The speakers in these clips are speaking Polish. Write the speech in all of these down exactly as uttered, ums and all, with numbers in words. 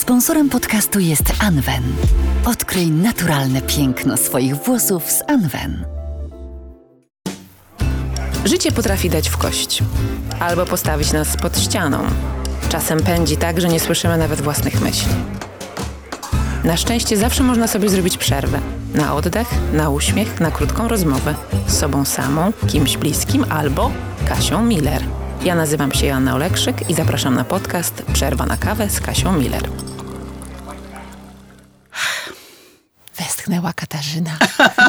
Sponsorem podcastu jest Anwen. Odkryj naturalne piękno swoich włosów z Anwen. Życie potrafi dać w kość albo postawić nas pod ścianą. Czasem pędzi tak, że nie słyszymy nawet własnych myśli. Na szczęście zawsze można sobie zrobić przerwę. Na oddech, na uśmiech, na krótką rozmowę z sobą samą, kimś bliskim albo Kasią Miller. Ja nazywam się Joanna Olekszyk i zapraszam na podcast Przerwa na kawę z Kasią Miller. Westchnęła Katarzyna.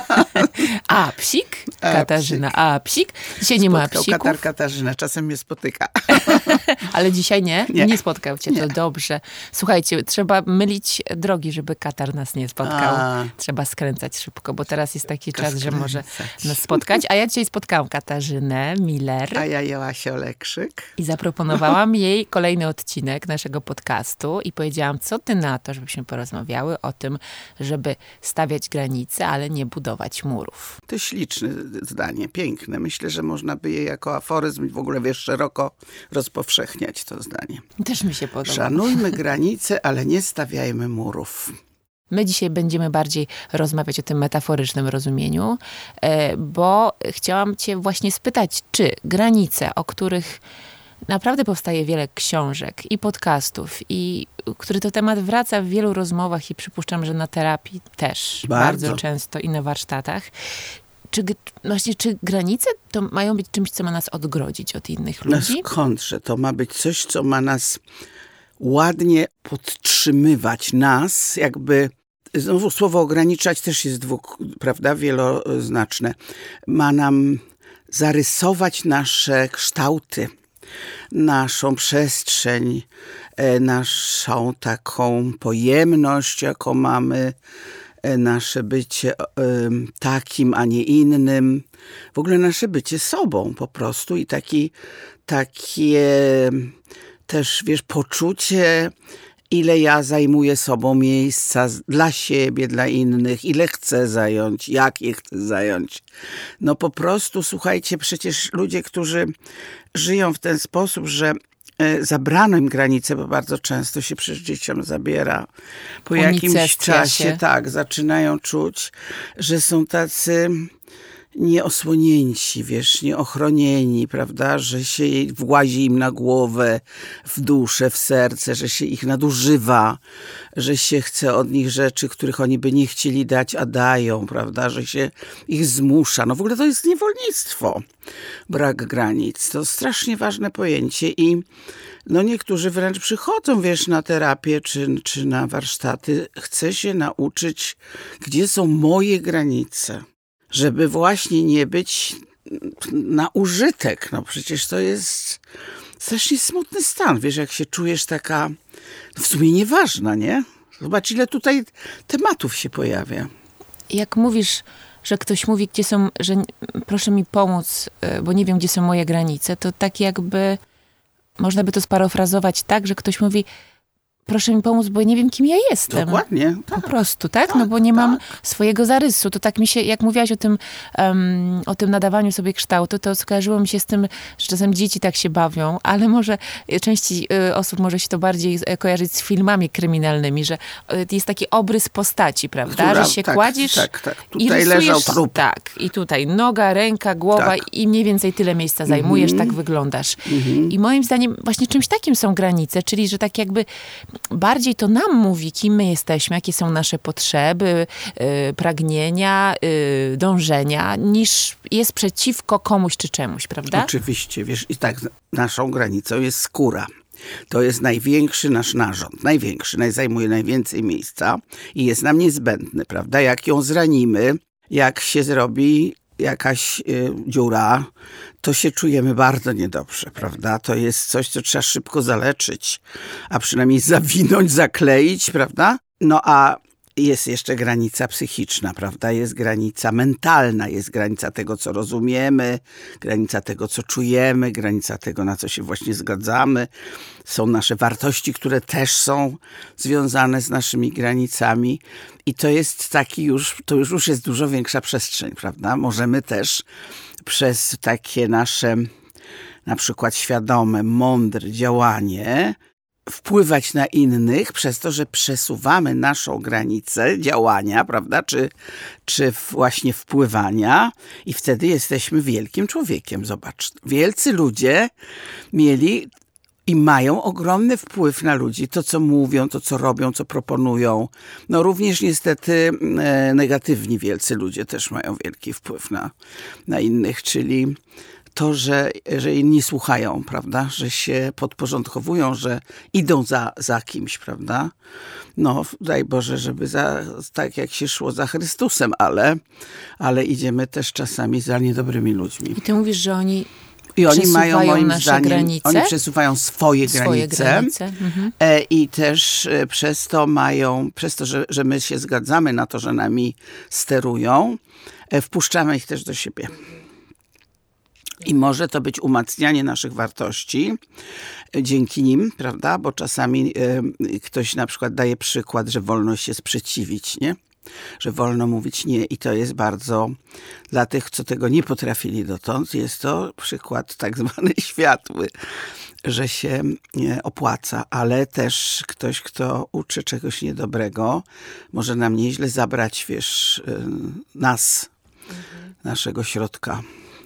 A psik? Katarzyna. A psik? Dzisiaj nie ma psików. Katar Katarzyna, czasem mnie spotyka. Ale dzisiaj nie? Nie. Nie spotkał cię, to nie. Dobrze. Słuchajcie, trzeba mylić drogi, żeby katar nas nie spotkał. A. Trzeba skręcać szybko, bo teraz jest taki czas, skręcać. Że może nas spotkać. A ja dzisiaj spotkałam Katarzynę Miller. A ja Joasię Olekszyk. I zaproponowałam jej kolejny odcinek naszego podcastu i powiedziałam, co ty na to, żebyśmy porozmawiały o tym, żeby stawiać granice, ale nie budować murów. To śliczne zdanie, piękne. Myślę, że można by je jako aforyzm w ogóle wiesz, szeroko rozpowszechniać to zdanie. Też mi się podoba. Szanujmy granice, ale nie stawiajmy murów. My dzisiaj będziemy bardziej rozmawiać o tym metaforycznym rozumieniu, bo chciałam cię właśnie spytać, czy granice, o których naprawdę powstaje wiele książek i podcastów, i który to temat wraca w wielu rozmowach i przypuszczam, że na terapii też bardzo, bardzo często i na warsztatach. Czy, właśnie, czy granice to mają być czymś, co ma nas odgrodzić od innych ludzi? No skądże? To ma być coś, co ma nas ładnie podtrzymywać. Nas jakby, znowu słowo ograniczać też jest dwuk, prawda, wieloznaczne. Ma nam zarysować nasze kształty, naszą przestrzeń, naszą taką pojemność, jaką mamy, nasze bycie takim, a nie innym. W ogóle nasze bycie sobą po prostu i taki, takie też, wiesz, poczucie, ile ja zajmuję sobą miejsca dla siebie, dla innych, ile chcę zająć, jak je chcę zająć. No po prostu, słuchajcie, przecież ludzie, którzy żyją w ten sposób, że zabrano im granice, bo bardzo często się przecież dzieciom zabiera. Po jakimś czasie, się. tak, zaczynają czuć, że są tacy nieosłonięci, wiesz, nieochronieni, prawda, że się włazi im na głowę, w duszę, w serce, że się ich nadużywa, że się chce od nich rzeczy, których oni by nie chcieli dać, a dają, prawda, że się ich zmusza. No w ogóle to jest niewolnictwo, brak granic. To strasznie ważne pojęcie i no niektórzy wręcz przychodzą, wiesz, na terapię czy, czy na warsztaty. Chcę się nauczyć, gdzie są moje granice. Żeby właśnie nie być na użytek. No przecież to jest strasznie smutny stan. Wiesz, jak się czujesz taka, w sumie nieważna, nie? Zobacz, ile tutaj tematów się pojawia. Jak mówisz, że ktoś mówi, gdzie są, że proszę mi pomóc, bo nie wiem, gdzie są moje granice, to tak jakby, można by to sparafrazować tak, że ktoś mówi, proszę mi pomóc, bo nie wiem, kim ja jestem. Dokładnie. Tak. Po prostu, tak? tak no bo nie tak. mam swojego zarysu. To tak mi się, jak mówiłaś o tym, um, o tym nadawaniu sobie kształtu, to skojarzyło mi się z tym, że czasem dzieci tak się bawią, ale może części y, osób może się to bardziej kojarzyć z filmami kryminalnymi, że y, jest taki obrys postaci, prawda? Która, że się tak, kładziesz tak, tak. Tutaj i rysujesz, leżał trup. Tak. I tutaj noga, ręka, głowa tak. i mniej więcej tyle miejsca zajmujesz, mm-hmm. tak wyglądasz. Mm-hmm. I moim zdaniem właśnie czymś takim są granice, czyli że tak jakby bardziej to nam mówi, kim my jesteśmy, jakie są nasze potrzeby, yy, pragnienia, yy, dążenia, niż jest przeciwko komuś czy czemuś, prawda? Oczywiście, wiesz, i tak naszą granicą jest skóra. To jest największy nasz narząd, największy, naj, zajmuje najwięcej miejsca i jest nam niezbędny, prawda? Jak ją zranimy, jak się zrobi jakaś y, dziura, to się czujemy bardzo niedobrze, prawda? To jest coś, co trzeba szybko zaleczyć, a przynajmniej zawinąć, zakleić, prawda? No a jest jeszcze granica psychiczna, prawda? Jest granica mentalna, jest granica tego, co rozumiemy, granica tego, co czujemy, granica tego, na co się właśnie zgadzamy. Są nasze wartości, które też są związane z naszymi granicami i to jest taki już, to już, już jest dużo większa przestrzeń, prawda? Możemy też przez takie nasze na przykład świadome, mądre działanie wpływać na innych przez to, że przesuwamy naszą granicę działania, prawda, czy, czy właśnie wpływania i wtedy jesteśmy wielkim człowiekiem. Zobacz, wielcy ludzie mieli i mają ogromny wpływ na ludzi. To, co mówią, to, co robią, co proponują. No również niestety e, negatywni wielcy ludzie też mają wielki wpływ na, na innych, czyli to, że, że inni słuchają, prawda, że się podporządkowują, że idą za, za kimś, prawda. No, daj Boże, żeby za, tak jak się szło za Chrystusem, ale, ale idziemy też czasami za niedobrymi ludźmi. I ty mówisz, że oni I oni mają, moim nasze zdaniem, granice? oni przesuwają swoje, swoje granice, granice. Mhm. E, i też e, przez to mają, przez to, że, że my się zgadzamy na to, że nami sterują, e, wpuszczamy ich też do siebie. I może to być umacnianie naszych wartości e, dzięki nim, prawda? Bo czasami e, ktoś na przykład daje przykład, że wolno się sprzeciwić, nie? Że wolno mówić nie i to jest bardzo, dla tych, co tego nie potrafili dotąd, jest to przykład tak zwany światły, że się nie opłaca, ale też ktoś, kto uczy czegoś niedobrego, może nam nieźle zabrać, wiesz, nas, mhm. naszego środka.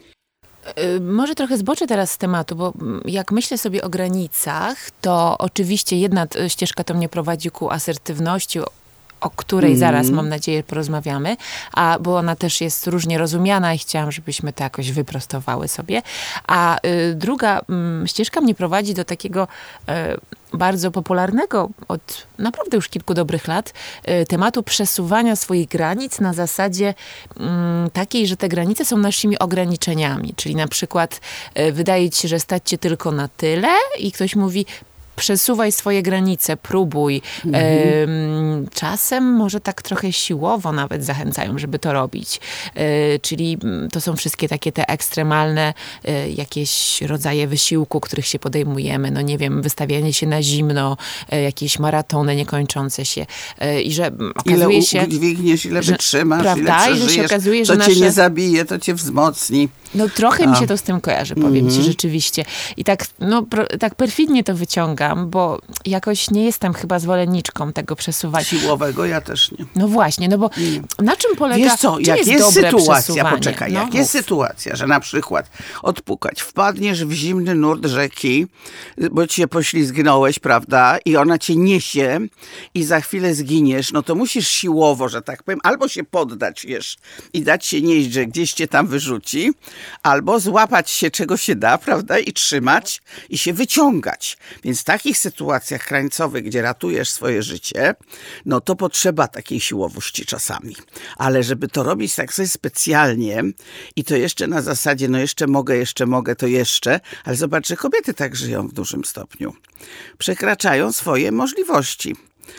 Może trochę zboczę teraz z tematu, bo jak myślę sobie o granicach, to oczywiście jedna ścieżka to mnie prowadzi ku asertywności, o której mm. zaraz, mam nadzieję, porozmawiamy, a bo ona też jest różnie rozumiana i chciałam, żebyśmy to jakoś wyprostowały sobie. A y, druga y, ścieżka mnie prowadzi do takiego y, bardzo popularnego od naprawdę już kilku dobrych lat y, tematu przesuwania swoich granic na zasadzie y, takiej, że te granice są naszymi ograniczeniami. Czyli na przykład y, wydaje ci się, że stać cię tylko na tyle i ktoś mówi, przesuwaj swoje granice, próbuj. Mhm. Ym, czasem może tak trochę siłowo nawet zachęcają, żeby to robić. Yy, czyli to są wszystkie takie te ekstremalne yy, jakieś rodzaje wysiłku, których się podejmujemy. No nie wiem, wystawianie się na zimno, yy, jakieś maratony niekończące się. Yy, I że okazuje ile się... Ile dźwigniesz, ile że, wytrzymasz, prawda? ile przeżyjesz. I że się okazuje, to że cię nasze... nie zabije, to cię wzmocni. No trochę A. mi się to z tym kojarzy, powiem mm-hmm. ci rzeczywiście. I tak, no, pro, tak perfidnie to wyciągam, bo jakoś nie jestem chyba zwolenniczką tego przesuwania. Siłowego ja też nie. No właśnie, no bo mm. na czym polega... Wiesz co, jak jest, jest dobre sytuacja, poczekaj, no, jak mów. jest sytuacja, że na przykład odpukać, wpadniesz w zimny nurt rzeki, bo cię poślizgnąłeś, prawda, i ona cię niesie i za chwilę zginiesz, no to musisz siłowo, że tak powiem, albo się poddać, wiesz, i dać się nieść, że gdzieś cię tam wyrzuci, albo złapać się czego się da, prawda, i trzymać i się wyciągać. Więc w takich sytuacjach krańcowych, gdzie ratujesz swoje życie, no to potrzeba takiej siłowości czasami. Ale żeby to robić tak sobie specjalnie i to jeszcze na zasadzie, no jeszcze mogę, jeszcze mogę, to jeszcze, ale zobacz, że kobiety tak żyją w dużym stopniu. Przekraczają swoje możliwości.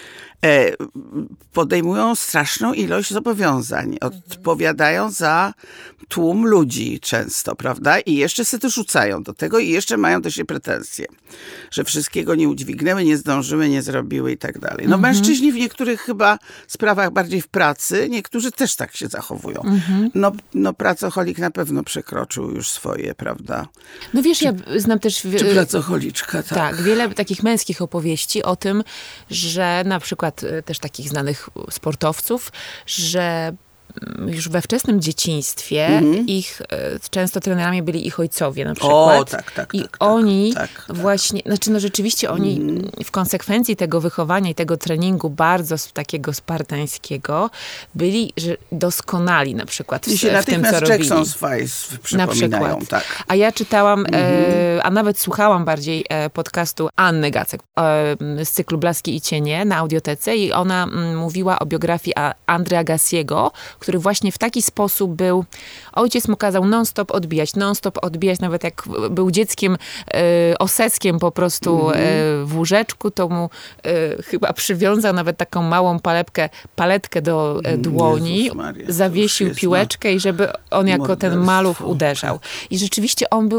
Podejmują straszną ilość zobowiązań, odpowiadają za tłum ludzi często, prawda? I jeszcze sobie to rzucają do tego i jeszcze mają do siebie pretensje, że wszystkiego nie udźwignęły, nie zdążyły, nie zrobiły i tak dalej. No mhm. mężczyźni w niektórych chyba sprawach bardziej w pracy, niektórzy też tak się zachowują. Mhm. No, no pracocholik na pewno przekroczył już swoje, prawda? No wiesz, czy, ja znam też... Czy pracocholiczka, tak. Tak, wiele takich męskich opowieści o tym, że na przykład też takich znanych sportowców, że już we wczesnym dzieciństwie mm-hmm. ich często trenerami byli ich ojcowie na przykład. O, tak, tak, I tak, oni tak, tak, właśnie, znaczy no rzeczywiście oni mm. w konsekwencji tego wychowania i tego treningu bardzo takiego spartańskiego byli że doskonali na przykład w, I się w tym, co robili. Jackson Spice przypominają, na przykład. Tak. A ja czytałam, mm-hmm. e, a nawet słuchałam bardziej e, podcastu Anny Gacek e, z cyklu Blaski i cienie na Audiotece i ona m, mówiła o biografii Andrea Gassiego, który właśnie w taki sposób był, ojciec mu kazał non-stop odbijać, non-stop odbijać, nawet jak był dzieckiem e, oseckiem po prostu mm-hmm. e, w łóżeczku, to mu e, chyba przywiązał nawet taką małą palepkę, paletkę do e, dłoni, Maria, zawiesił piłeczkę i żeby on jako ten maluch uderzał. I rzeczywiście on był no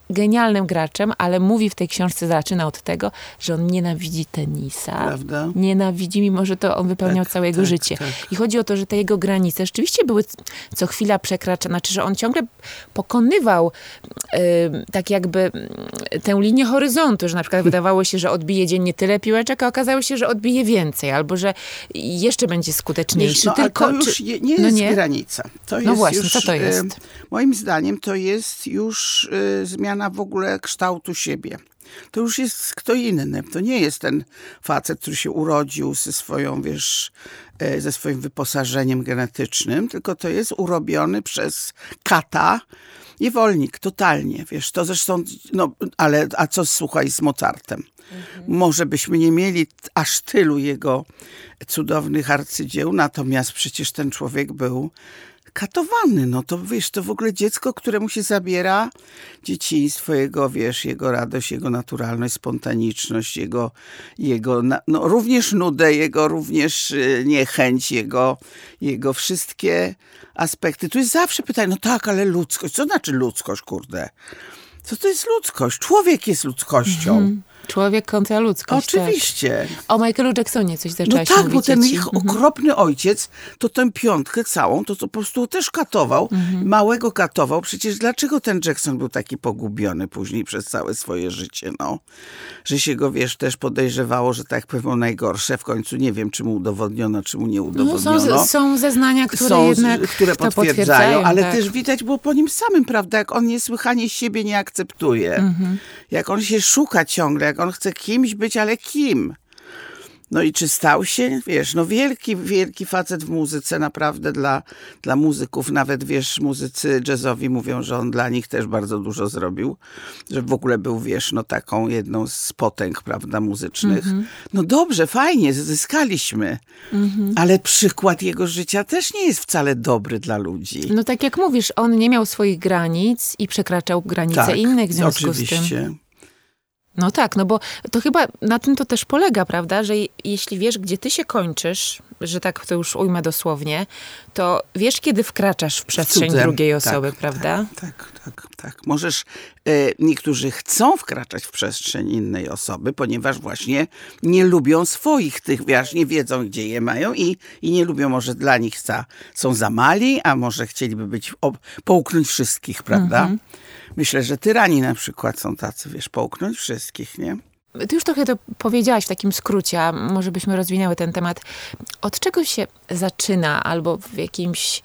genialnym graczem, ale mówi w tej książce, zaczyna od tego, że on nienawidzi tenisa. Prawda? Nienawidzi, mimo że to on wypełniał Tak, całe jego tak, życie. tak. I chodzi o to, że te jego granice rzeczywiście były co chwila przekraczane. Znaczy, że on ciągle pokonywał y, tak jakby y, tę linię horyzontu, że na przykład wydawało się, że odbije dziennie tyle piłeczek, a okazało się, że odbije więcej, albo że jeszcze będzie skuteczniejszy. Wiesz, no, Tylko, ale to już czy, nie, nie no jest nie? granica. To No jest właśnie, już, co to jest? E, moim zdaniem to jest już e, zmiana w ogóle kształtu siebie. To już jest kto inny. To nie jest ten facet, który się urodził ze swoją, wiesz, e, ze swoim wyposażeniem genetycznym, tylko to jest urobiony przez kata niewolnik, totalnie, wiesz. To zresztą, no, ale a co, słuchaj, z Mozartem? Mhm. Może byśmy nie mieli aż tylu jego cudownych arcydzieł, natomiast przecież ten człowiek był katowany. No to wiesz, to w ogóle dziecko, któremu się zabiera dzieciństwo, jego, wiesz, jego radość, jego naturalność, spontaniczność, jego, jego no, również nudę, jego również niechęć, jego, jego wszystkie aspekty. Tu jest zawsze pytanie, no tak, ale ludzkość. Co znaczy ludzkość, kurde? Co to jest ludzkość? Człowiek jest ludzkością. Mhm. Człowiek kontra ludzkość. Oczywiście. Tak. O Michaelu Jacksonie coś zaczęłaś No tak, mówić. bo ten ci. ich Mhm. okropny ojciec, to tę piątkę całą, to co po prostu też katował, mhm. małego katował. Przecież dlaczego ten Jackson był taki pogubiony później przez całe swoje życie, no? Że się go, wiesz, też podejrzewało, że tak powiem najgorsze. W końcu nie wiem, czy mu udowodniono, czy mu nie udowodniono. No są, są zeznania, które są, jednak które to potwierdzają, potwierdzają, ale tak. też widać było po nim samym, prawda, jak on niesłychanie siebie nie akceptuje. Mhm. Jak on się szuka ciągle, jak on chce kimś być, ale kim? No i czy stał się, wiesz, no wielki, wielki facet w muzyce, naprawdę dla, dla muzyków, nawet wiesz, muzycy jazzowi mówią, że on dla nich też bardzo dużo zrobił, że w ogóle był, wiesz, no taką jedną z potęg, prawda, muzycznych. Mm-hmm. No dobrze, fajnie, zyskaliśmy, mm-hmm. ale przykład jego życia też nie jest wcale dobry dla ludzi. No tak jak mówisz, on nie miał swoich granic i przekraczał granice tak, innych w związku oczywiście. z tym. No tak, no bo to chyba na tym to też polega, prawda, że jeśli wiesz, gdzie ty się kończysz, że tak to już ujmę dosłownie, to wiesz, kiedy wkraczasz w przestrzeń Cudem. drugiej osoby, tak, prawda? Tak, tak, tak, tak. Możesz, e, niektórzy chcą wkraczać w przestrzeń innej osoby, ponieważ właśnie nie lubią swoich tych, wiesz, nie wiedzą, gdzie je mają i, i nie lubią, może dla nich za, są za mali, a może chcieliby być, ob, połknąć wszystkich, prawda? Mhm. Myślę, że tyrani na przykład są tacy, wiesz, połknąć wszystkich, nie? Ty już trochę to powiedziałaś w takim skrócie, a może byśmy rozwinęły ten temat. Od czego się zaczyna, albo w jakimś,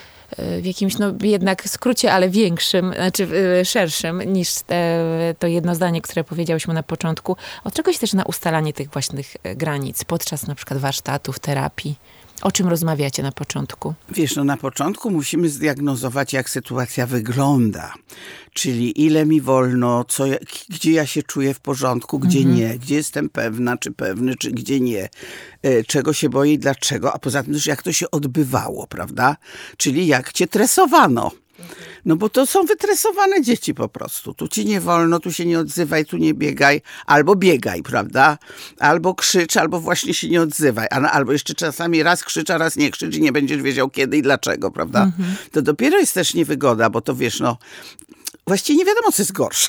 w jakimś no jednak skrócie, ale większym, znaczy szerszym niż te, to jedno zdanie, które powiedziałyśmy na początku. Od czego się zaczyna ustalanie tych własnych granic podczas na przykład warsztatów, terapii? O czym rozmawiacie na początku? Wiesz, no na początku musimy zdiagnozować, jak sytuacja wygląda. Czyli ile mi wolno, co ja, gdzie ja się czuję w porządku, gdzie mhm. nie, gdzie jestem pewna, czy pewny, czy gdzie nie. E, czego się boję i dlaczego. A poza tym też jak to się odbywało, prawda? Czyli jak cię tresowano. No bo to są wytresowane dzieci po prostu. Tu ci nie wolno, tu się nie odzywaj, tu nie biegaj. Albo biegaj, prawda? Albo krzycz, albo właśnie się nie odzywaj. A, albo jeszcze czasami raz krzycz, a raz nie krzycz i nie będziesz wiedział kiedy i dlaczego, prawda? Mhm. To dopiero jest też niewygoda, bo to wiesz, no... Właściwie nie wiadomo, co jest gorsze.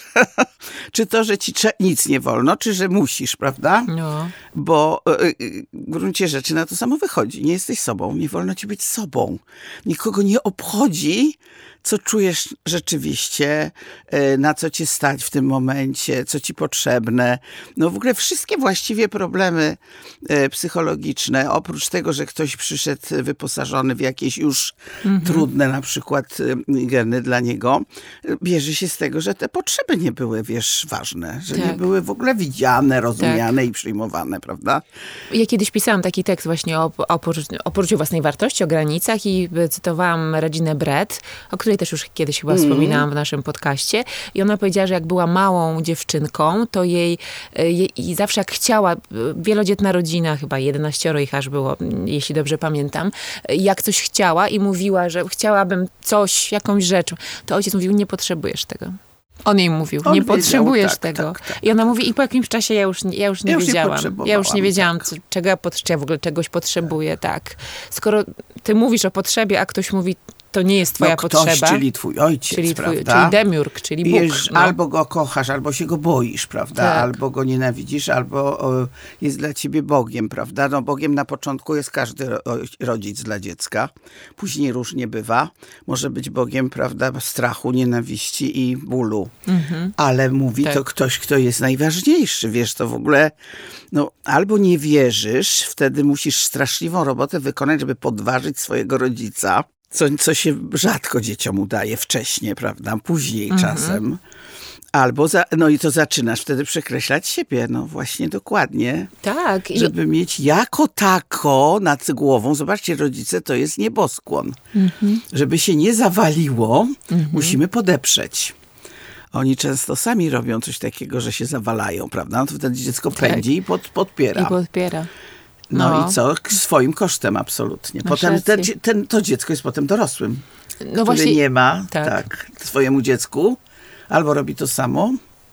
Czy to, że ci nic nie wolno, czy że musisz, prawda? No. Bo w gruncie rzeczy na to samo wychodzi. Nie jesteś sobą, nie wolno ci być sobą. Nikogo nie obchodzi, co czujesz rzeczywiście, na co cię stać w tym momencie, co ci potrzebne. No w ogóle wszystkie właściwie problemy psychologiczne, oprócz tego, że ktoś przyszedł wyposażony w jakieś już mhm. trudne na przykład geny dla niego, bierze się z tego, że te potrzeby nie były, wiesz, ważne, że tak. nie były w ogóle widziane, rozumiane tak. i przyjmowane, prawda? Ja kiedyś pisałam taki tekst właśnie o, o, o poczuciu własnej wartości, o granicach i cytowałam Reginę Brett, o której też już kiedyś chyba mm. wspominałam w naszym podcaście. I ona powiedziała, że jak była małą dziewczynką, to jej, jej i zawsze jak chciała, wielodzietna rodzina, chyba jedenaścioro ich aż było, jeśli dobrze pamiętam, jak coś chciała i mówiła, że chciałabym coś, jakąś rzecz, to ojciec mówił, nie potrzebujesz tego. On jej mówił, On nie wiedział, potrzebujesz tak, tego. Tak, tak. I ona mówi, i po jakimś czasie ja już, ja już nie ja wiedziałam. Już ja już nie wiedziałam, tak. co, czego ja, pot, czy ja w ogóle czegoś potrzebuję, tak. Skoro ty mówisz o potrzebie, a ktoś mówi, to nie jest twoja no, ktoś, potrzeba. czyli twój ojciec, czyli, twój, prawda? czyli demiurg, czyli Bóg. Wiesz, no. Albo go kochasz, albo się go boisz, prawda? Tak. Albo go nienawidzisz, albo o, jest dla ciebie Bogiem, prawda? No Bogiem na początku jest każdy ro, rodzic dla dziecka. Później różnie bywa. Może być Bogiem, prawda, strachu, nienawiści i bólu. Mhm. Ale mówi tak. to ktoś, kto jest najważniejszy. Wiesz, to w ogóle, no albo nie wierzysz, wtedy musisz straszliwą robotę wykonać, żeby podważyć swojego rodzica. Co, co się rzadko dzieciom udaje wcześniej, prawda? Później mhm. czasem. Albo, za, no i to zaczynasz wtedy przekreślać siebie. No właśnie, dokładnie. Tak. Żeby I... mieć jako tako nad głową. Zobaczcie, rodzice to jest nieboskłon. Mhm. Żeby się nie zawaliło, mhm. musimy podeprzeć. Oni często sami robią coś takiego, że się zawalają, prawda? No to wtedy dziecko tak. pędzi i pod, podpiera. I podpiera. No, no i co? Swoim kosztem absolutnie. Potem ten, ten, to dziecko jest potem dorosłym, no które właśnie, nie ma tak. tak swojemu dziecku. Albo robi to samo,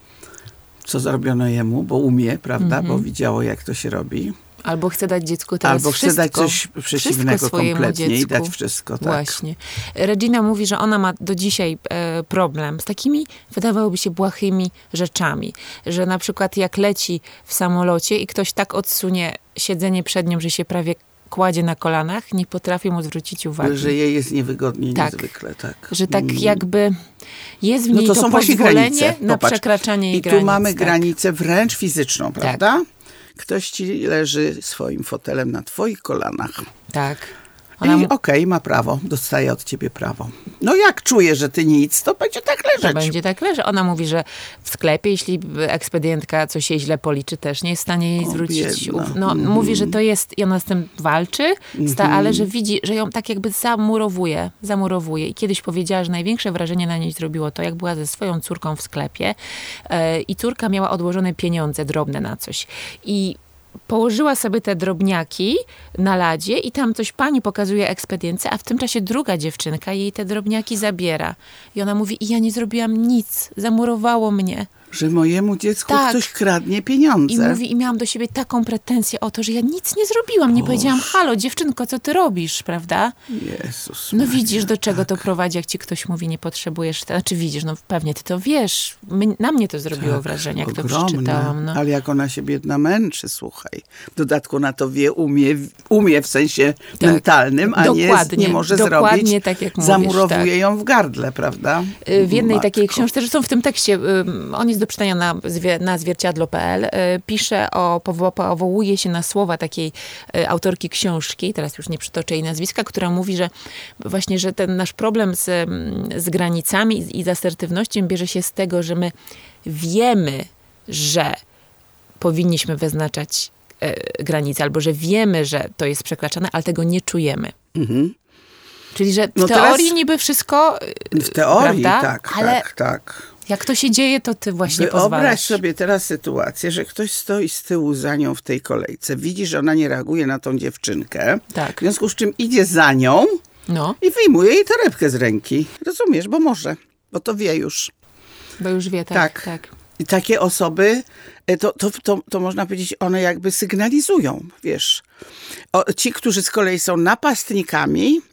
co zrobiono jemu, bo umie, prawda? Mm-hmm. Bo widziało, jak to się robi. Albo chce dać dziecku teraz Albo wszystko. chce dać coś przeciwnego kompletnie dziecku. I dać wszystko. Tak. Właśnie. Regina mówi, że ona ma do dzisiaj e, problem z takimi, wydawałoby się, błahymi rzeczami. Że na przykład jak leci w samolocie i ktoś tak odsunie siedzenie przed nią, że się prawie kładzie na kolanach, nie potrafi mu zwrócić uwagi. Że jej jest niewygodnie tak. niezwykle. Tak. Że tak jakby jest w niej no to, to są pozwolenie na Popatrz. przekraczanie jej I tu granic. mamy tak. granicę wręcz fizyczną, prawda? Tak. Ktoś ci leży swoim fotelem na twoich kolanach. Tak. Ona... I okej, okay, ma prawo, dostaje od ciebie prawo. No jak czuje, że ty nic, to będzie tak leżeć. To będzie tak leżeć. Ona mówi, że w sklepie, jeśli ekspedientka coś jej źle policzy, też nie jest w stanie jej o, zwrócić uwagi. No, mm-hmm. Mówi, że to jest, i ona z tym walczy, mm-hmm. sta, ale że widzi, że ją tak jakby zamurowuje, zamurowuje. I kiedyś powiedziała, że największe wrażenie na niej zrobiło to, jak była ze swoją córką w sklepie yy, i córka miała odłożone pieniądze drobne na coś. I położyła sobie te drobniaki na ladzie i tam coś pani pokazuje ekspedience, a w tym czasie druga dziewczynka jej te drobniaki zabiera. I ona mówi, i ja nie zrobiłam nic, zamurowało mnie. Że mojemu dziecku tak. ktoś kradnie pieniądze. I mówi, i miałam do siebie taką pretensję o to, że ja nic nie zrobiłam. Nie Boż. powiedziałam, halo, dziewczynko, co ty robisz, prawda? Jezus No Maria, widzisz, do czego tak. to prowadzi, jak ci ktoś mówi, nie potrzebujesz. Znaczy widzisz, no pewnie ty to wiesz. My, na mnie to zrobiło tak, wrażenie, jak ogromne. to przeczytałam. No. Ale jak ona się biedna męczy, słuchaj. W dodatku na to wie, umie, umie w sensie tak. mentalnym, a nie, nie może dokładnie zrobić. Tak jak mówisz, zamurowuje tak. ją w gardle, prawda? W jednej Matko. takiej książce, zresztą w tym tekście, on jest do czytania na na zwierciadlo kropka pe el, pisze o, powołuje się na słowa takiej autorki książki, teraz już nie przytoczę jej nazwiska, która mówi, że właśnie, że ten nasz problem z, z granicami i z asertywnością bierze się z tego, że my wiemy, że powinniśmy wyznaczać e, granice, albo że wiemy, że to jest przekraczane, ale tego nie czujemy. Mhm. Czyli, że w no teorii teraz, niby wszystko, w teorii, prawda? tak, ale tak, tak. Jak to się dzieje, to ty właśnie Wyobraź pozwalasz. Wyobraź sobie teraz sytuację, że ktoś stoi z tyłu za nią w tej kolejce. Widzi, że ona nie reaguje na tą dziewczynkę. Tak. W związku z czym idzie za nią no. i wyjmuje jej torebkę z ręki. Rozumiesz? Bo może. Bo to wie już. Bo już wie, tak. Tak. tak. I takie osoby, to, to, to, to można powiedzieć, one jakby sygnalizują, wiesz. O, ci, którzy z kolei są napastnikami,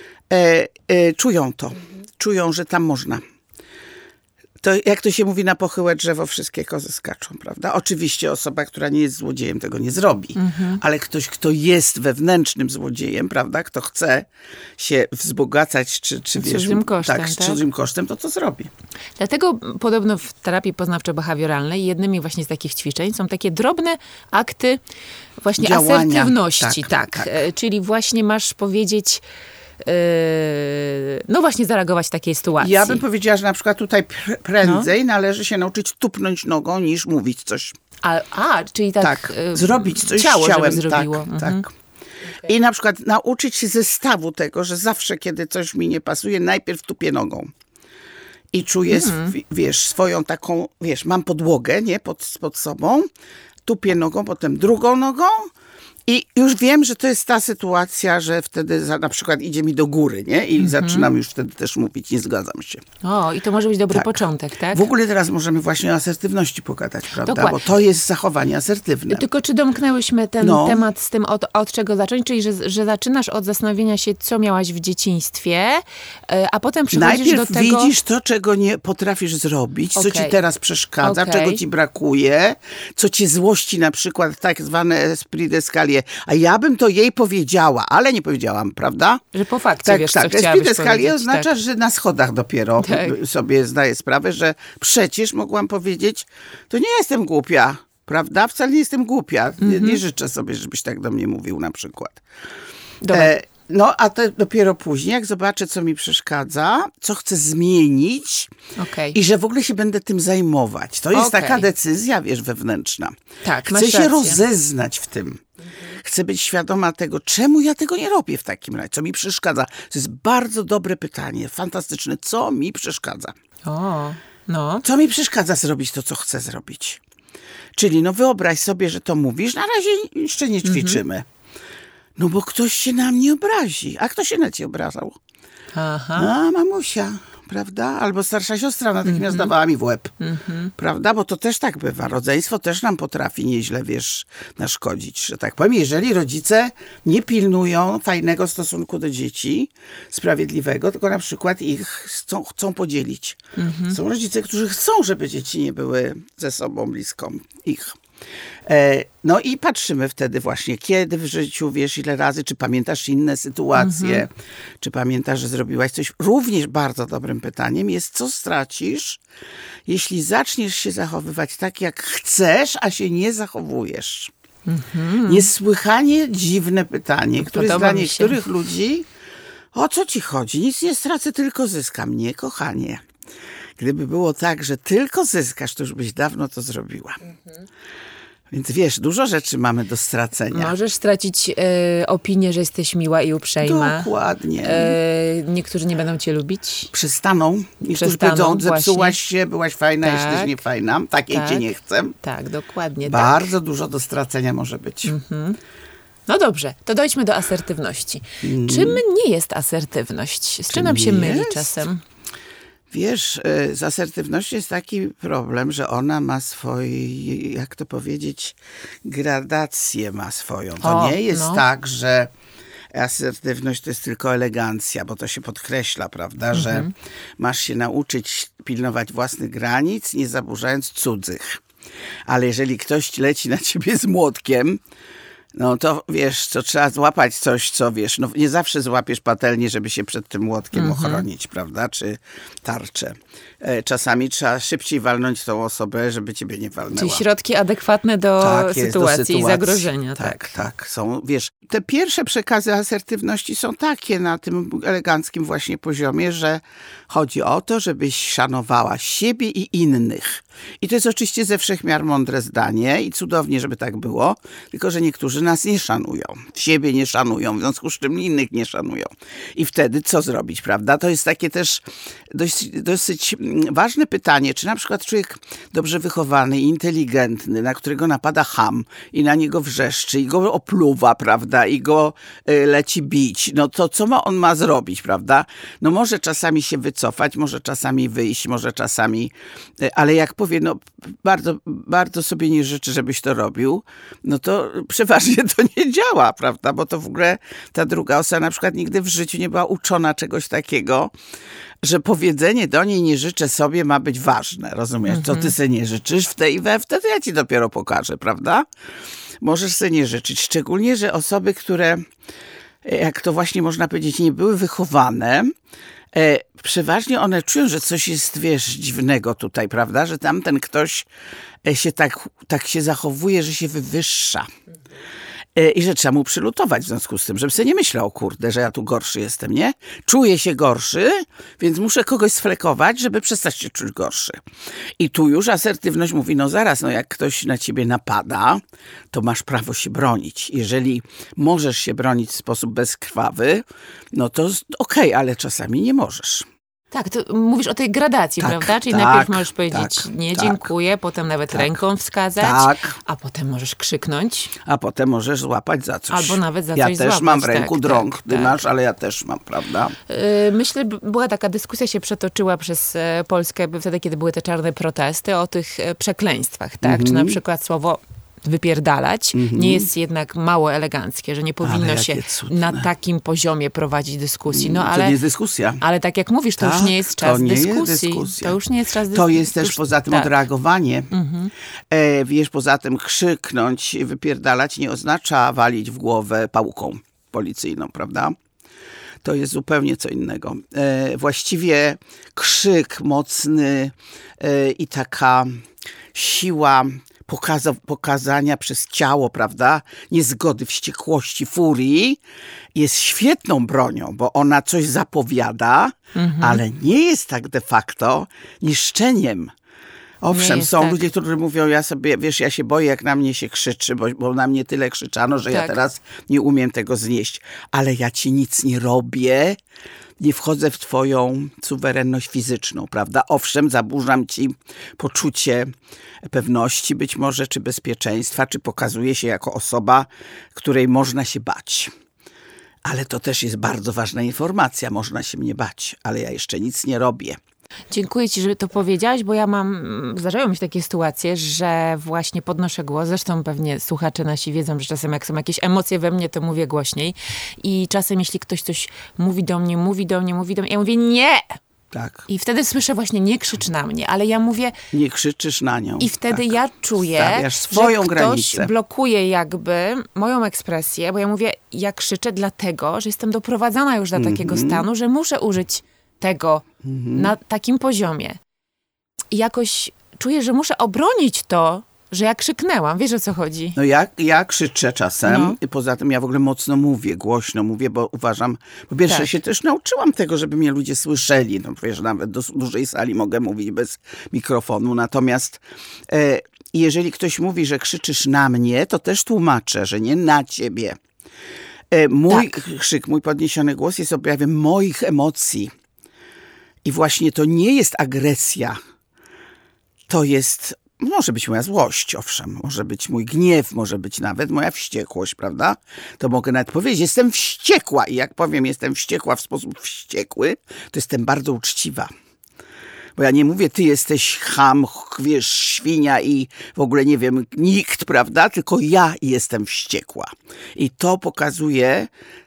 e, e, czują to. Czują, że tam można. To jak to się mówi, na pochyłe drzewo wszystkie kozy skaczą, prawda? Oczywiście osoba, która nie jest złodziejem, tego nie zrobi. Mhm. Ale ktoś, kto jest wewnętrznym złodziejem, prawda? Kto chce się wzbogacać, czy, czy wiesz, cudzym kosztem, tak, tak? cudzym kosztem, to to zrobi. Dlatego podobno w terapii poznawczo-behawioralnej jednymi właśnie z takich ćwiczeń są takie drobne akty właśnie działania. Asertywności. Tak, tak. tak. Czyli właśnie masz powiedzieć... no właśnie zareagować w takiej sytuacji. Ja bym powiedziała, że na przykład tutaj pr- prędzej no. należy się nauczyć tupnąć nogą, niż mówić coś. A, a czyli tak... tak y- zrobić coś ciało, z ciałem. Żeby zrobiło. Tak, mhm. tak. Okay. I na przykład nauczyć się zestawu tego, że zawsze, kiedy coś mi nie pasuje, najpierw tupię nogą. I czuję, mhm. sw- wiesz, swoją taką, wiesz, mam podłogę, nie, pod, pod sobą, tupię nogą, potem drugą nogą, I już wiem, że to jest ta sytuacja, że wtedy za, na przykład idzie mi do góry, nie? I mm-hmm. zaczynam już wtedy też mówić, nie zgadzam się. O, i to może być dobry tak. początek, tak? W ogóle teraz możemy właśnie o asertywności pogadać, prawda? Dokładnie. Bo to jest zachowanie asertywne. Tylko czy domknęłyśmy ten no. temat z tym, od, od czego zacząć? Czyli, że, że zaczynasz od zastanowienia się, co miałaś w dzieciństwie, a potem przychodzisz Najpierw do tego... widzisz to, czego nie potrafisz zrobić, okay. co ci teraz przeszkadza, okay. czego ci brakuje, co cię złości, na przykład tak zwane esprit d'escalier. A ja bym to jej powiedziała, ale nie powiedziałam, prawda? Że po fakcie tak, wiesz, tak. co chciałabyś Esprit d'escalier oznacza, tak. że na schodach dopiero tak. sobie zdaję sprawę, że przecież mogłam powiedzieć, to nie jestem głupia, prawda? Wcale nie jestem głupia. Mm-hmm. Nie, nie życzę sobie, żebyś tak do mnie mówił na przykład. E, no, a to dopiero później, jak zobaczę, co mi przeszkadza, co chcę zmienić okay. i że w ogóle się będę tym zajmować. To jest okay. taka decyzja, wiesz, wewnętrzna. Tak, chcę się rację. rozeznać w tym. Chcę być świadoma tego, czemu ja tego nie robię w takim razie, co mi przeszkadza. To jest bardzo dobre pytanie, fantastyczne. Co mi przeszkadza? O, no. Co mi przeszkadza zrobić to, co chcę zrobić? Czyli no wyobraź sobie, że to mówisz, na razie jeszcze nie ćwiczymy. Mhm. No bo ktoś się na mnie obrazi. A kto się na ciebie obrażał? Aha. A, mamusia, prawda? Albo starsza siostra natychmiast mm-hmm. dawała mi w łeb. Mm-hmm. Prawda? Bo to też tak bywa. Rodzeństwo też nam potrafi nieźle, wiesz, naszkodzić, że tak powiem. Jeżeli rodzice nie pilnują fajnego stosunku do dzieci, sprawiedliwego, tylko na przykład ich chcą, chcą podzielić. Mm-hmm. Są rodzice, którzy chcą, żeby dzieci nie były ze sobą blisko ich. No i patrzymy wtedy właśnie, kiedy w życiu, wiesz, ile razy, czy pamiętasz inne sytuacje, mm-hmm. czy pamiętasz, że zrobiłaś coś. Również bardzo dobrym pytaniem jest, co stracisz, jeśli zaczniesz się zachowywać tak, jak chcesz, a się nie zachowujesz. Mm-hmm. Niesłychanie dziwne pytanie, które jest dla niektórych ludzi, o co ci chodzi? Nic nie stracę, tylko zyskam. Nie, kochanie. Gdyby było tak, że tylko zyskasz, to już byś dawno to zrobiła. Mhm. Więc wiesz, dużo rzeczy mamy do stracenia. Możesz stracić e, opinię, że jesteś miła i uprzejma. Dokładnie. E, niektórzy nie będą cię lubić. Przestaną. Niektórzy powiedzą, zepsułaś się, byłaś fajna, tak. jesteś niefajna. Takiej tak. cię nie chcę. Tak, dokładnie. Bardzo tak. dużo do stracenia może być. Mhm. No dobrze, to dojdźmy do asertywności. Mm. Czym nie jest asertywność? Z czym, czym nam się myli jest? czasem? Wiesz, z asertywnością jest taki problem, że ona ma swoje, jak to powiedzieć, gradację ma swoją. To o, nie jest no. tak, że asertywność to jest tylko elegancja, bo to się podkreśla, prawda, mhm. że masz się nauczyć pilnować własnych granic, nie zaburzając cudzych. Ale jeżeli ktoś leci na ciebie z młotkiem, no to wiesz, to trzeba złapać coś, co wiesz, no nie zawsze złapiesz patelnię, żeby się przed tym młotkiem mm-hmm. ochronić, prawda, czy tarczę. E, czasami trzeba szybciej walnąć tą osobę, żeby ciebie nie walnęła. Czyli środki adekwatne do, tak, sytuacji, do sytuacji i zagrożenia. Tak, tak, tak, są, wiesz, te pierwsze przekazy asertywności są takie na tym eleganckim właśnie poziomie, że chodzi o to, żebyś szanowała siebie i innych. I to jest oczywiście ze wszechmiar mądre zdanie i cudownie, żeby tak było, tylko że niektórzy nas nie szanują. Siebie nie szanują, w związku z czym innych nie szanują. I wtedy co zrobić, prawda? To jest takie też dość, dosyć ważne pytanie, czy na przykład człowiek dobrze wychowany i inteligentny, na którego napada cham i na niego wrzeszczy i go opluwa, prawda? I go y, leci bić. No to co ma on ma zrobić, prawda? No może czasami się wycofać, może czasami wyjść, może czasami... Y, ale jak powie, no bardzo, bardzo sobie nie życzę, żebyś to robił, no to przeważnie to nie działa, prawda? Bo to w ogóle ta druga osoba na przykład nigdy w życiu nie była uczona czegoś takiego, że powiedzenie do niej nie życzę sobie ma być ważne, rozumiesz? Mm-hmm. Co ty sobie nie życzysz w tej i we, wtedy ja ci dopiero pokażę, prawda? Możesz sobie nie życzyć. Szczególnie, że osoby, które, jak to właśnie można powiedzieć, nie były wychowane, E, przeważnie one czują, że coś jest, wiesz, dziwnego tutaj, prawda? Że tamten ktoś się tak, tak się zachowuje, że się wywyższa. E, I że trzeba mu przylutować w związku z tym, żeby sobie nie myślał, kurde, że ja tu gorszy jestem, nie? Czuję się gorszy, więc muszę kogoś sflekować, żeby przestać się czuć gorszy. I tu już asertywność mówi, no zaraz, no jak ktoś na ciebie napada, to masz prawo się bronić. Jeżeli możesz się bronić w sposób bezkrwawy, no to okej, okay, ale czasami nie możesz. Tak, to mówisz o tej gradacji, Tak, prawda? Czyli tak, najpierw możesz powiedzieć tak, nie, tak, dziękuję, potem nawet tak, ręką wskazać, tak. a potem możesz krzyknąć. A potem możesz złapać za coś. Albo nawet za ja coś też złapać, mam w ręku tak, drąg. tak, Ty tak. masz, ale ja też mam, prawda? Yy, myślę, b- była taka dyskusja, się przetoczyła przez e, Polskę wtedy, kiedy były te czarne protesty o tych e, przekleństwach, tak? Mhm. Czy na przykład słowo wypierdalać nie jest jednak mało eleganckie, że nie powinno jakie się cudne. na takim poziomie prowadzić dyskusji. No To ale, nie jest dyskusja. ale tak jak mówisz, to już Tak, nie jest to czas nie jest dyskusji. dyskusja. To już nie jest czas dyskusji. To jest też poza tym tak. odreagowanie. Mhm. E, wiesz, poza tym krzyknąć, wypierdalać nie oznacza walić w głowę pałką policyjną, prawda? To jest zupełnie co innego. E, właściwie krzyk mocny e, i taka siła pokaza- pokazania przez ciało, prawda, niezgody, wściekłości, furii jest świetną bronią, bo ona coś zapowiada, Mhm. ale nie jest tak de facto niszczeniem. Owszem, jest są tak. ludzie, którzy mówią, ja sobie, wiesz, ja się boję, jak na mnie się krzyczy, bo, bo na mnie tyle krzyczano, że ja Tak. teraz nie umiem tego znieść. Ale ja ci nic nie robię, nie wchodzę w twoją suwerenność fizyczną, prawda? Owszem, zaburzam ci poczucie pewności być może, czy bezpieczeństwa, czy pokazuję się jako osoba, której można się bać. Ale to też jest bardzo ważna informacja. Można się mnie bać, ale ja jeszcze nic nie robię. Dziękuję ci, że to powiedziałaś, bo ja mam, zdarzają mi się takie sytuacje, że właśnie podnoszę głos. Zresztą pewnie słuchacze nasi wiedzą, że czasem jak są jakieś emocje we mnie, to mówię głośniej. I czasem jeśli ktoś coś mówi do mnie, mówi do mnie, mówi do mnie, ja mówię nie! Tak. I wtedy słyszę właśnie nie krzycz na mnie, ale ja mówię Nie krzyczysz na nią. i wtedy tak. ja czuję, Stawiasz swoją że ktoś granicę. blokuje jakby moją ekspresję, bo ja mówię, ja krzyczę dlatego, że jestem doprowadzona już do Mhm. takiego stanu, że muszę użyć tego na takim poziomie. I jakoś czuję, że muszę obronić to, że ja krzyknęłam. Wiesz, o co chodzi? No ja, ja krzyczę czasem No. i poza tym ja w ogóle mocno mówię, głośno mówię, bo uważam, po pierwsze Tak. się też nauczyłam tego, żeby mnie ludzie słyszeli. No wiesz, nawet do dużej sali mogę mówić bez mikrofonu. Natomiast e, jeżeli ktoś mówi, że krzyczysz na mnie, to też tłumaczę, że nie na ciebie. E, mój Tak. krzyk, mój podniesiony głos jest objawem moich emocji. I właśnie to nie jest agresja. To jest, może być moja złość, owszem, może być mój gniew, może być nawet moja wściekłość, prawda? To mogę nawet powiedzieć, jestem wściekła i jak powiem, jestem wściekła w sposób wściekły, to jestem bardzo uczciwa. Bo ja nie mówię, ty jesteś cham, wiesz, świnia i w ogóle nie wiem, nikt, prawda? Tylko ja jestem wściekła. I to pokazuje,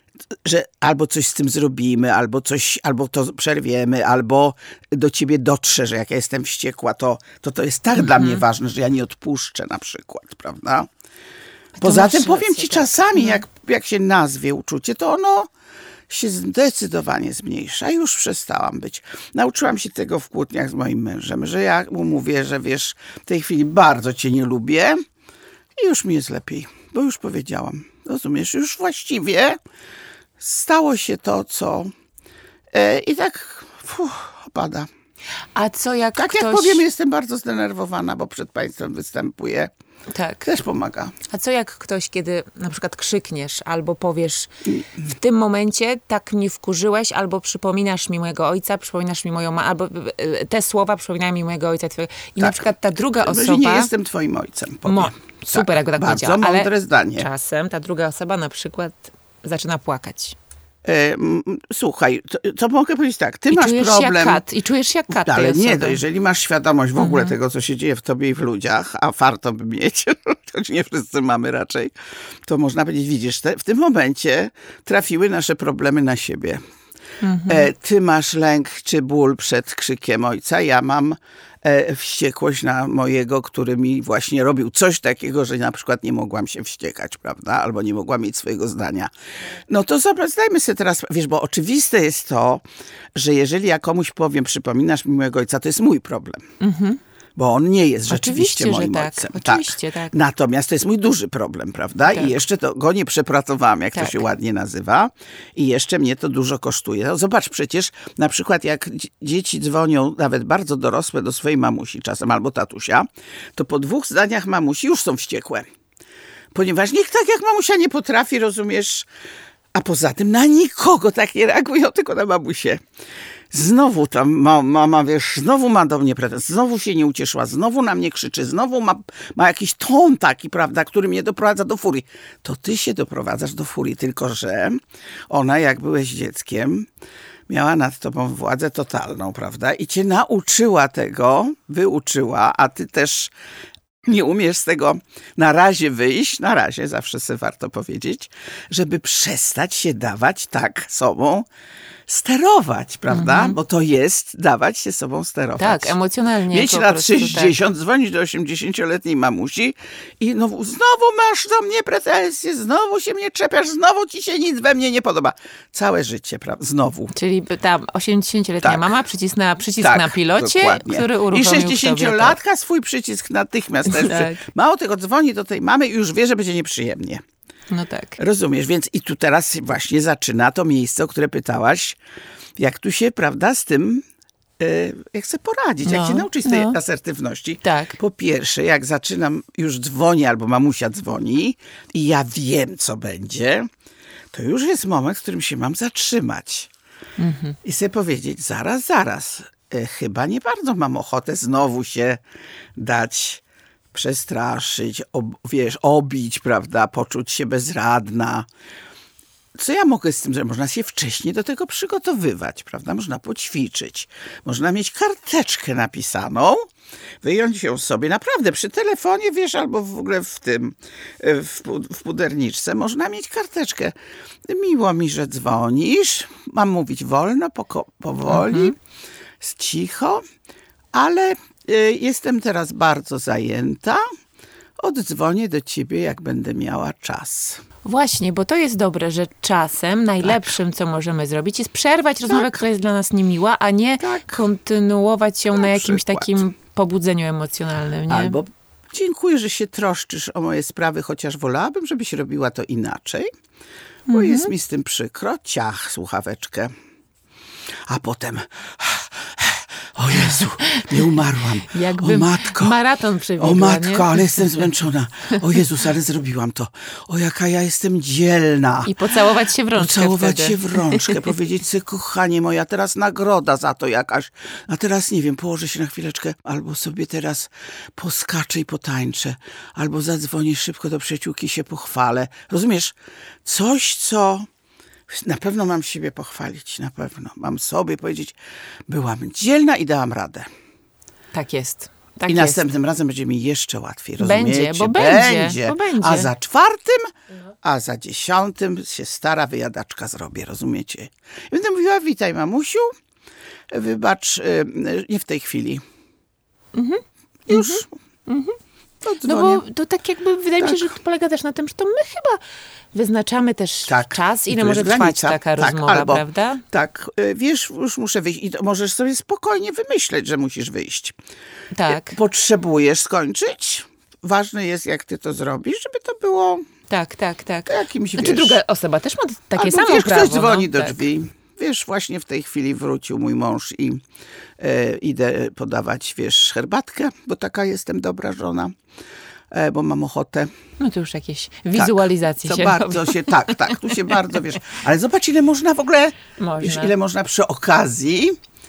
że albo coś z tym zrobimy, albo coś, albo to przerwiemy, albo do ciebie dotrze, że jak ja jestem wściekła, to to, to jest tak dla mnie ważne, że ja nie odpuszczę na przykład, prawda? Poza masz tym powiem rację, ci tak. czasami, jak, jak się nazwie uczucie, to ono się zdecydowanie zmniejsza. Już przestałam być. Nauczyłam się tego w kłótniach z moim mężem, że ja mu mówię, że wiesz, w tej chwili bardzo cię nie lubię i już mi jest lepiej, bo już powiedziałam. Rozumiesz? Już właściwie stało się to, co e, i tak fuh, opada. A co jak Tak ktoś... jak powiem, jestem bardzo zdenerwowana, bo przed państwem występuję. Tak. Też pomaga. A co jak ktoś, kiedy na przykład krzykniesz albo powiesz w tym momencie tak mnie wkurzyłeś, albo przypominasz mi mojego ojca, przypominasz mi moją mamę, albo e, te słowa przypominają mi mojego ojca. Twojego. I na Tak. przykład ta druga Że osoba... nie jestem twoim ojcem, powiem. Mo, super, tak, jak tak bardzo powiedziała. mądre ale zdanie. czasem ta druga osoba na przykład zaczyna płakać. E, m, słuchaj, to, to mogę powiedzieć tak, ty I masz czujesz problem... się jak kat. I czujesz się jak kat tej Ale nie, osoby. to jeżeli masz świadomość w ogóle Mhm. tego, co się dzieje w tobie i w ludziach, a warto by mieć, choć nie wszyscy mamy raczej, to można powiedzieć, widzisz, te, w tym momencie trafiły nasze problemy na siebie. Mhm. E, ty masz lęk czy ból przed krzykiem ojca, ja mam e, wściekłość na mojego, który mi właśnie robił coś takiego, że na przykład nie mogłam się wściekać, prawda? Albo nie mogłam mieć swojego zdania. No to zdajmy sobie teraz, wiesz, bo oczywiste jest to, że jeżeli ja komuś powiem, przypominasz mi mojego ojca, to jest mój problem. Mhm. Bo on nie jest rzeczywiście Oczywiście, że moim tak. ojcem. Oczywiście, tak. Natomiast to jest mój duży problem, prawda? Tak. I jeszcze to go nie przepracowałam, jak Tak. to się ładnie nazywa. I jeszcze mnie to dużo kosztuje. No zobacz przecież, na przykład jak dzie- dzieci dzwonią, nawet bardzo dorosłe, do swojej mamusi czasem, albo tatusia, to po dwóch zdaniach mamusi już są wściekłe. Ponieważ nikt tak jak mamusia nie potrafi, rozumiesz, a poza tym na nikogo tak nie reagują, tylko na mamusię. Znowu tam ma, mama, wiesz, znowu ma do mnie pretensje, znowu się nie ucieszyła, znowu na mnie krzyczy, znowu ma, ma jakiś ton taki, prawda, który mnie doprowadza do furii. To ty się doprowadzasz do furii, tylko że ona, jak byłeś dzieckiem, miała nad tobą władzę totalną, prawda, i cię nauczyła tego, wyuczyła, a ty też nie umiesz z tego na razie wyjść, na razie zawsze sobie warto powiedzieć, żeby przestać się dawać tak sobą sterować, prawda? Mhm. Bo to jest dawać się sobą sterować. Tak, emocjonalnie. Mieć lat sześćdziesiąt, tak. Dzwonić do osiemdziesięcioletniej mamusi i no, znowu masz do mnie pretensje, znowu się mnie czepiasz, znowu ci się nic we mnie nie podoba. Całe życie, prawda? Znowu. Czyli ta osiemdziesięcioletnia tak. mama przycisnęła przycisk tak, na pilocie, dokładnie. który uruchomił I sześćdziesięciolatka swój przycisk natychmiast. tak. Mało tego, dzwoni do tej mamy i już wie, że będzie nieprzyjemnie. No tak. Rozumiesz, więc i tu teraz właśnie zaczyna to miejsce, o które pytałaś, jak tu się, prawda, z tym, yy, jak sobie poradzić, no, jak się nauczyć tej no. asertywności. Tak. Po pierwsze, jak zaczynam, już dzwoni albo mamusia dzwoni i ja wiem, co będzie, to już jest moment, w którym się mam zatrzymać. Mhm. I sobie powiedzieć, zaraz, zaraz, yy, chyba nie bardzo mam ochotę znowu się dać przestraszyć, ob, wiesz, obić, prawda, poczuć się bezradna. Co ja mogę z tym, że można się wcześniej do tego przygotowywać, prawda? Można poćwiczyć. Można mieć karteczkę napisaną, wyjąć ją sobie naprawdę przy telefonie, wiesz, albo w ogóle w tym, w, w puderniczce. Można mieć karteczkę. Miło mi, że dzwonisz. Mam mówić wolno, poko, powoli, mhm. cicho, ale jestem teraz bardzo zajęta. Oddzwonię do ciebie, jak będę miała czas. Właśnie, bo to jest dobre, że czasem najlepszym, tak. co możemy zrobić, jest przerwać rozmowę, tak. która jest dla nas niemiła, a nie tak. kontynuować ją na, na jakimś przykład. takim pobudzeniu emocjonalnym. Nie? Albo dziękuję, że się troszczysz o moje sprawy, chociaż wolałabym, żebyś robiła to inaczej, bo mhm. jest mi z tym przykro. Ciach, słuchaweczkę. A potem... O Jezu, nie umarłam. Jakbym o matko. maraton przebiegła, O matko, nie? ale jestem zmęczona. O Jezus, ale zrobiłam to. O, jaka ja jestem dzielna. I pocałować się w rączkę Pocałować wtedy. się w rączkę, powiedzieć sobie, kochanie moja, teraz nagroda za to jakaś. A teraz, nie wiem, położę się na chwileczkę, albo sobie teraz poskaczę i potańczę, albo zadzwonię szybko do przyjaciółki i się pochwalę. Rozumiesz? Coś, co... Na pewno mam siebie pochwalić, na pewno. Mam sobie powiedzieć, byłam dzielna i dałam radę. Tak jest. Tak I jest. następnym razem będzie mi jeszcze łatwiej, rozumiecie? Będzie, bo będzie, będzie. Bo będzie. A za czwartym, a za dziesiątym się stara wyjadaczka zrobię, rozumiecie? I będę mówiła, witaj mamusiu, wybacz, nie w tej chwili. Mhm. Już. Mhm. No bo to tak jakby, wydaje tak. mi się, że to polega też na tym, że to my chyba wyznaczamy też tak. czas, ile może trwać granica. taka tak. rozmowa, Albo, prawda? Tak, wiesz, już muszę wyjść i możesz sobie spokojnie wymyśleć, że musisz wyjść. Tak. Potrzebujesz skończyć. Ważne jest, jak ty to zrobisz, żeby to było... Tak, tak, tak. Jakimś, znaczy wiesz, druga osoba też ma takie albo, samo wiesz, prawo. ktoś dzwoni no, do tak. drzwi. Wiesz, właśnie w tej chwili wrócił mój mąż i e, idę podawać, wiesz, herbatkę, bo taka jestem dobra żona. Bo mam ochotę. No to już jakieś wizualizacje tak, się bardzo robi. się, tak, tak, tu się bardzo, wiesz, ale zobacz, ile można w ogóle, można. Wiesz, ile można przy okazji.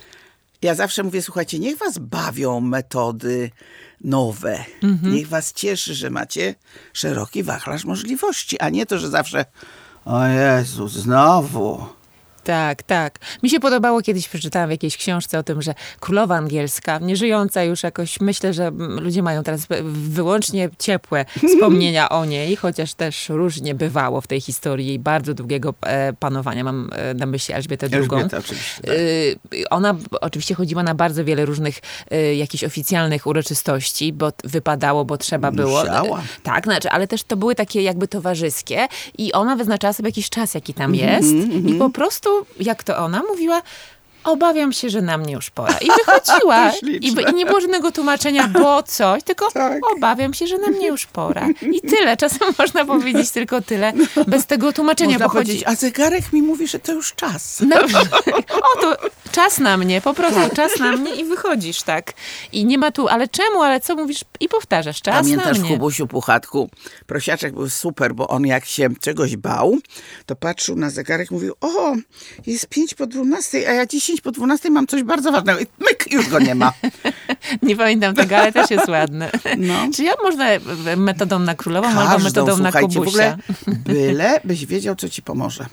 Ja zawsze mówię, słuchajcie, niech was bawią metody nowe. Mhm. Niech was cieszy, że macie szeroki wachlarz możliwości, a nie to, że zawsze, o Jezu, znowu... Tak, tak. Mi się podobało, kiedyś przeczytałam w jakiejś książce o tym, że królowa angielska, nieżyjąca już jakoś, myślę, że ludzie mają teraz wyłącznie ciepłe wspomnienia o niej, chociaż też różnie bywało w tej historii jej bardzo długiego panowania. Mam na myśli Elżbietę drugą. Elżbieta, oczywiście. Tak. Ona oczywiście chodziła na bardzo wiele różnych jakichś oficjalnych uroczystości, bo wypadało, bo trzeba było. Musiała. Tak, znaczy, ale też to były takie jakby towarzyskie i ona wyznaczała sobie jakiś czas, jaki tam jest mm-hmm. i po prostu jak to ona mówiła, obawiam się, że na mnie już pora. I wychodziła. I, I nie było żadnego tłumaczenia, bo coś, tylko tak. obawiam się, że na mnie już pora. I tyle. Czasem można powiedzieć tylko tyle, bez tego tłumaczenia. Można pochodzi... powiedzieć, a zegarek mi mówi, że to już czas. No, o, to czas na mnie, po prostu czas na mnie i wychodzisz, tak. I nie ma tu, ale czemu, ale co mówisz? I powtarzasz, czas Pamiętasz, na mnie. w Kubusiu Puchatku, prosiaczek był super, bo on jak się czegoś bał, to patrzył na zegarek, mówił, o, jest pięć po dwunastej, a ja dziesięć dziesięć po dwunastej mam coś bardzo ważnego. I myk, już go nie ma. Nie pamiętam tego, ale też jest ładne. No. Czy ja można metodą na królową Każdą, albo metodą na słuchajcie, Kubusia? W ogóle byle byś wiedział, co ci pomoże.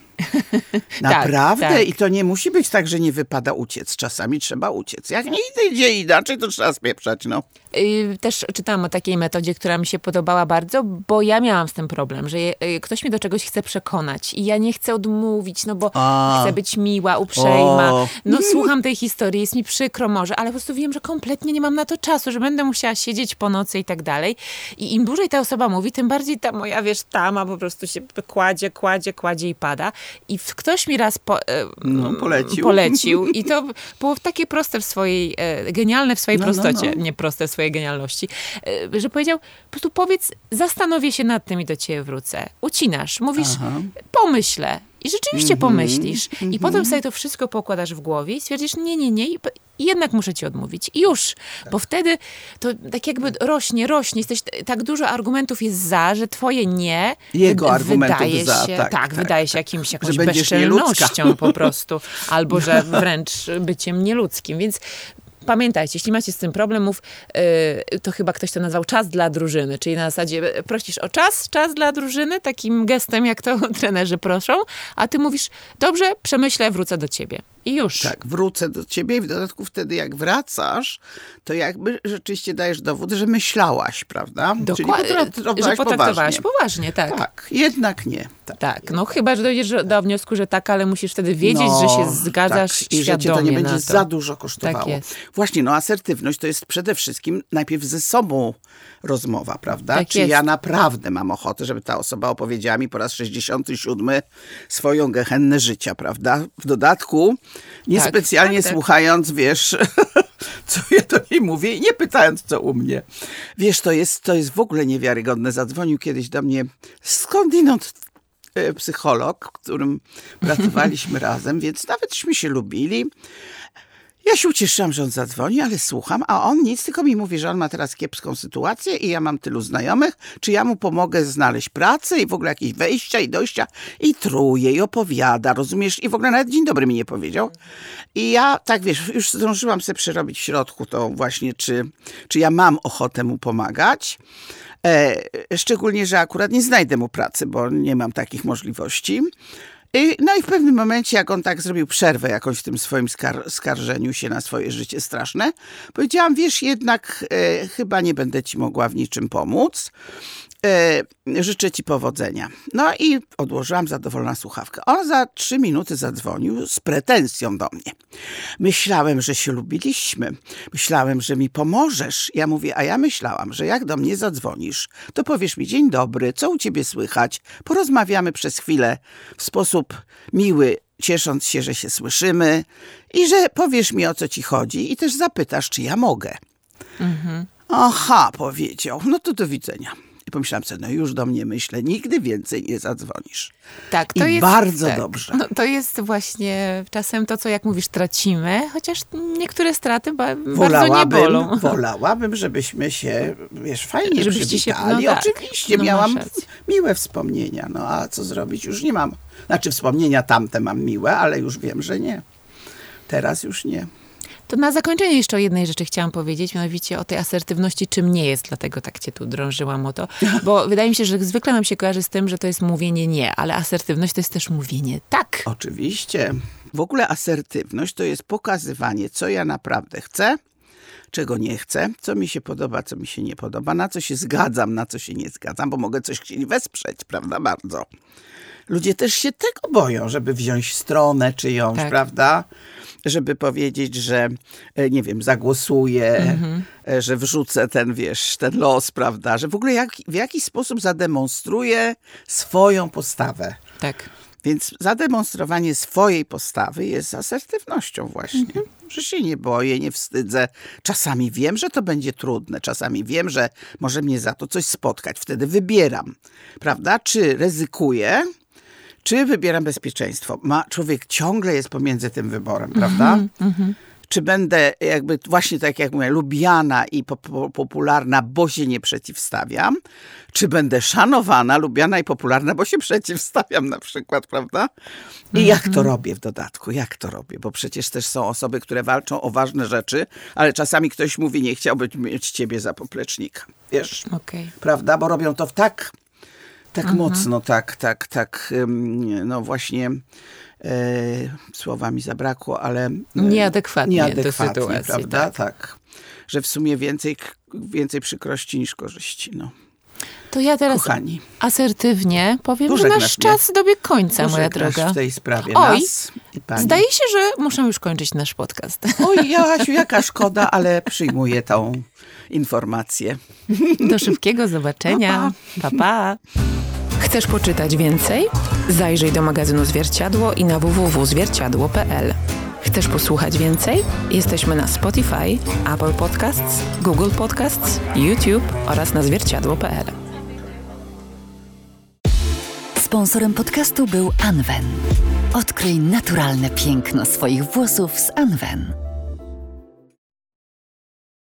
Naprawdę. Tak, tak. I to nie musi być tak, że nie wypada uciec. Czasami trzeba uciec. Jak nie idzie inaczej, to trzeba spieprzać, no. Też czytałam o takiej metodzie, która mi się podobała bardzo, bo ja miałam z tym problem, że je, ktoś mnie do czegoś chce przekonać i ja nie chcę odmówić, no bo A. chcę być miła, uprzejma. O. No słucham tej historii, jest mi przykro może, ale po prostu wiem, że kompletnie nie mam na to czasu, że będę musiała siedzieć po nocy i tak dalej. I im dłużej ta osoba mówi, tym bardziej ta moja, wiesz, tama po prostu się kładzie, kładzie, kładzie i pada. I ktoś mi raz po, no, polecił. polecił i to było takie proste w swojej, genialne w swojej no, prostocie, no, no. nie proste w swojej genialności, że powiedział, po prostu powiedz, zastanowię się nad tym i do ciebie wrócę. Ucinasz, mówisz, Aha. pomyślę. I rzeczywiście mm-hmm, pomyślisz. Mm-hmm. I potem sobie to wszystko pokładasz w głowie i stwierdzisz, nie, nie, nie, i jednak muszę ci odmówić. I już. Tak. Bo wtedy to tak jakby rośnie, rośnie. Jesteś, tak dużo argumentów jest za, że twoje nie Jego wy, argumentów wydaje za. się, Tak, tak, tak wydaje się tak, jakimś, tak. jakąś bezczelnością po prostu. Albo że wręcz byciem nieludzkim. Więc pamiętajcie, jeśli macie z tym problemów, yy, to chyba ktoś to nazwał czas dla drużyny, czyli na zasadzie prosisz o czas, czas dla drużyny, takim gestem, jak to trenerzy proszą, a ty mówisz, dobrze, przemyślę, wrócę do ciebie. I już. Tak, wrócę do ciebie i w dodatku wtedy jak wracasz, to jakby rzeczywiście dajesz dowód, że myślałaś, prawda? Dokładnie, Czyli że potraktowałaś poważnie. poważnie, tak. Tak, jednak nie. Tak, tak. No chyba, że dojdziesz do wniosku, że tak, ale musisz wtedy wiedzieć, no, że się zgadzasz tak. I że cię to nie będzie to. za dużo kosztowało. Tak jest. Właśnie, no asertywność to jest przede wszystkim najpierw ze sobą rozmowa, prawda? Tak Czy jest. ja naprawdę mam ochotę, żeby ta osoba opowiedziała mi po raz sześćdziesiąty siódmy swoją gehennę życia, prawda? W dodatku niespecjalnie tak, tak, słuchając, tak. wiesz, co ja do niej mówię i nie pytając, co u mnie. Wiesz, to jest, to jest w ogóle niewiarygodne. Zadzwonił kiedyś do mnie skądinąd psycholog, którym pracowaliśmy razem, więc nawetśmy się lubili. Ja się ucieszyłam, że on zadzwoni, ale słucham, a on nic, tylko mi mówi, że on ma teraz kiepską sytuację i ja mam tylu znajomych, czy ja mu pomogę znaleźć pracę i w ogóle jakieś wejścia i dojścia i truje i opowiada, rozumiesz? I w ogóle nawet dzień dobry mi nie powiedział. I ja, tak wiesz, już zdążyłam sobie przerobić w środku to właśnie, czy, czy ja mam ochotę mu pomagać. E, szczególnie, że akurat nie znajdę mu pracy, bo nie mam takich możliwości. I, no i w pewnym momencie, jak on tak zrobił przerwę jakąś w tym swoim skar- skarżeniu się na swoje życie straszne, powiedziałam, wiesz, jednak e, chyba nie będę ci mogła w niczym pomóc. E, życzę ci powodzenia. No i odłożyłam zadowolona słuchawkę. On za trzy minuty zadzwonił z pretensją do mnie. Myślałem, że się lubiliśmy. Myślałem, że mi pomożesz. Ja mówię, a ja myślałam, że jak do mnie zadzwonisz, to powiesz mi dzień dobry, co u ciebie słychać, porozmawiamy przez chwilę w sposób miły, ciesząc się, że się słyszymy i że powiesz mi, o co ci chodzi i też zapytasz, czy ja mogę. Mhm. Aha, powiedział. No to do widzenia. I pomyślałam sobie, no już do mnie myślę, nigdy więcej nie zadzwonisz. Tak, to I jest bardzo tak. dobrze. No, to jest właśnie czasem to, co jak mówisz, tracimy, chociaż niektóre straty ba- bardzo nie bolą. Wolałabym, żebyśmy się, wiesz, fajnie Żebyście przywitali. się, no tak, Oczywiście no miałam miłe wspomnienia, no a co zrobić? Już nie mam. Znaczy wspomnienia tamte mam miłe, ale już wiem, że nie. Teraz już nie. To na zakończenie jeszcze o jednej rzeczy chciałam powiedzieć, mianowicie o tej asertywności, czym nie jest, dlatego tak cię tu drążyłam o to, bo wydaje mi się, że zwykle nam się kojarzy z tym, że to jest mówienie nie, ale asertywność to jest też mówienie tak. Oczywiście. W ogóle asertywność to jest pokazywanie, co ja naprawdę chcę, czego nie chcę, co mi się podoba, co mi się nie podoba, na co się zgadzam, na co się nie zgadzam, bo mogę coś chcieć wesprzeć, prawda, bardzo. Ludzie też się tego boją, żeby wziąć stronę czyjąś, tak. prawda? Żeby powiedzieć, że nie wiem, zagłosuję, mm-hmm. że wrzucę ten, wiesz, ten los, prawda? Że w ogóle jak, w jakiś sposób zademonstruję swoją postawę. Tak. Więc zademonstrowanie swojej postawy jest asertywnością właśnie. Mm-hmm. Że się nie boję, nie wstydzę. Czasami wiem, że to będzie trudne. Czasami wiem, że może mnie za to coś spotkać. Wtedy wybieram, prawda? Czy ryzykuję, czy wybieram bezpieczeństwo? Ma, człowiek ciągle jest pomiędzy tym wyborem, prawda? Mm-hmm, mm-hmm. czy będę jakby właśnie tak jak mówię, lubiana i po, po, popularna, bo się nie przeciwstawiam, czy będę szanowana, lubiana i popularna, bo się przeciwstawiam na przykład, prawda? I mm-hmm. jak to robię w dodatku, jak to robię? Bo przecież też są osoby, które walczą o ważne rzeczy, ale czasami ktoś mówi, nie chciałbym mieć ciebie za poplecznika, wiesz? Okay. Prawda? Bo robią to w tak, tak mm-hmm. mocno, tak, tak, tak, no właśnie... E, słowa mi zabrakło, ale... E, nieadekwatnie, nieadekwatnie do sytuacji, prawda? Tak. tak. Że w sumie więcej, więcej przykrości niż korzyści, no. To ja teraz Kochani. asertywnie powiem, Pożegnasz że nasz mnie. czas dobiegł końca, moja Pożegnasz droga. w tej sprawie Oj, nas i pani. Zdaje się, że muszę już kończyć nasz podcast. Oj, Joasiu, jaka szkoda, ale przyjmuję tą informację. Do szybkiego zobaczenia. Pa, pa. pa. Chcesz poczytać więcej? Zajrzyj do magazynu Zwierciadło i na w w w kropka zwierciadło kropka p l. Chcesz posłuchać więcej? Jesteśmy na Spotify, Apple Podcasts, Google Podcasts, YouTube oraz na zwierciadło kropka p l. Sponsorem podcastu był Anwen. Odkryj naturalne piękno swoich włosów z Anwen.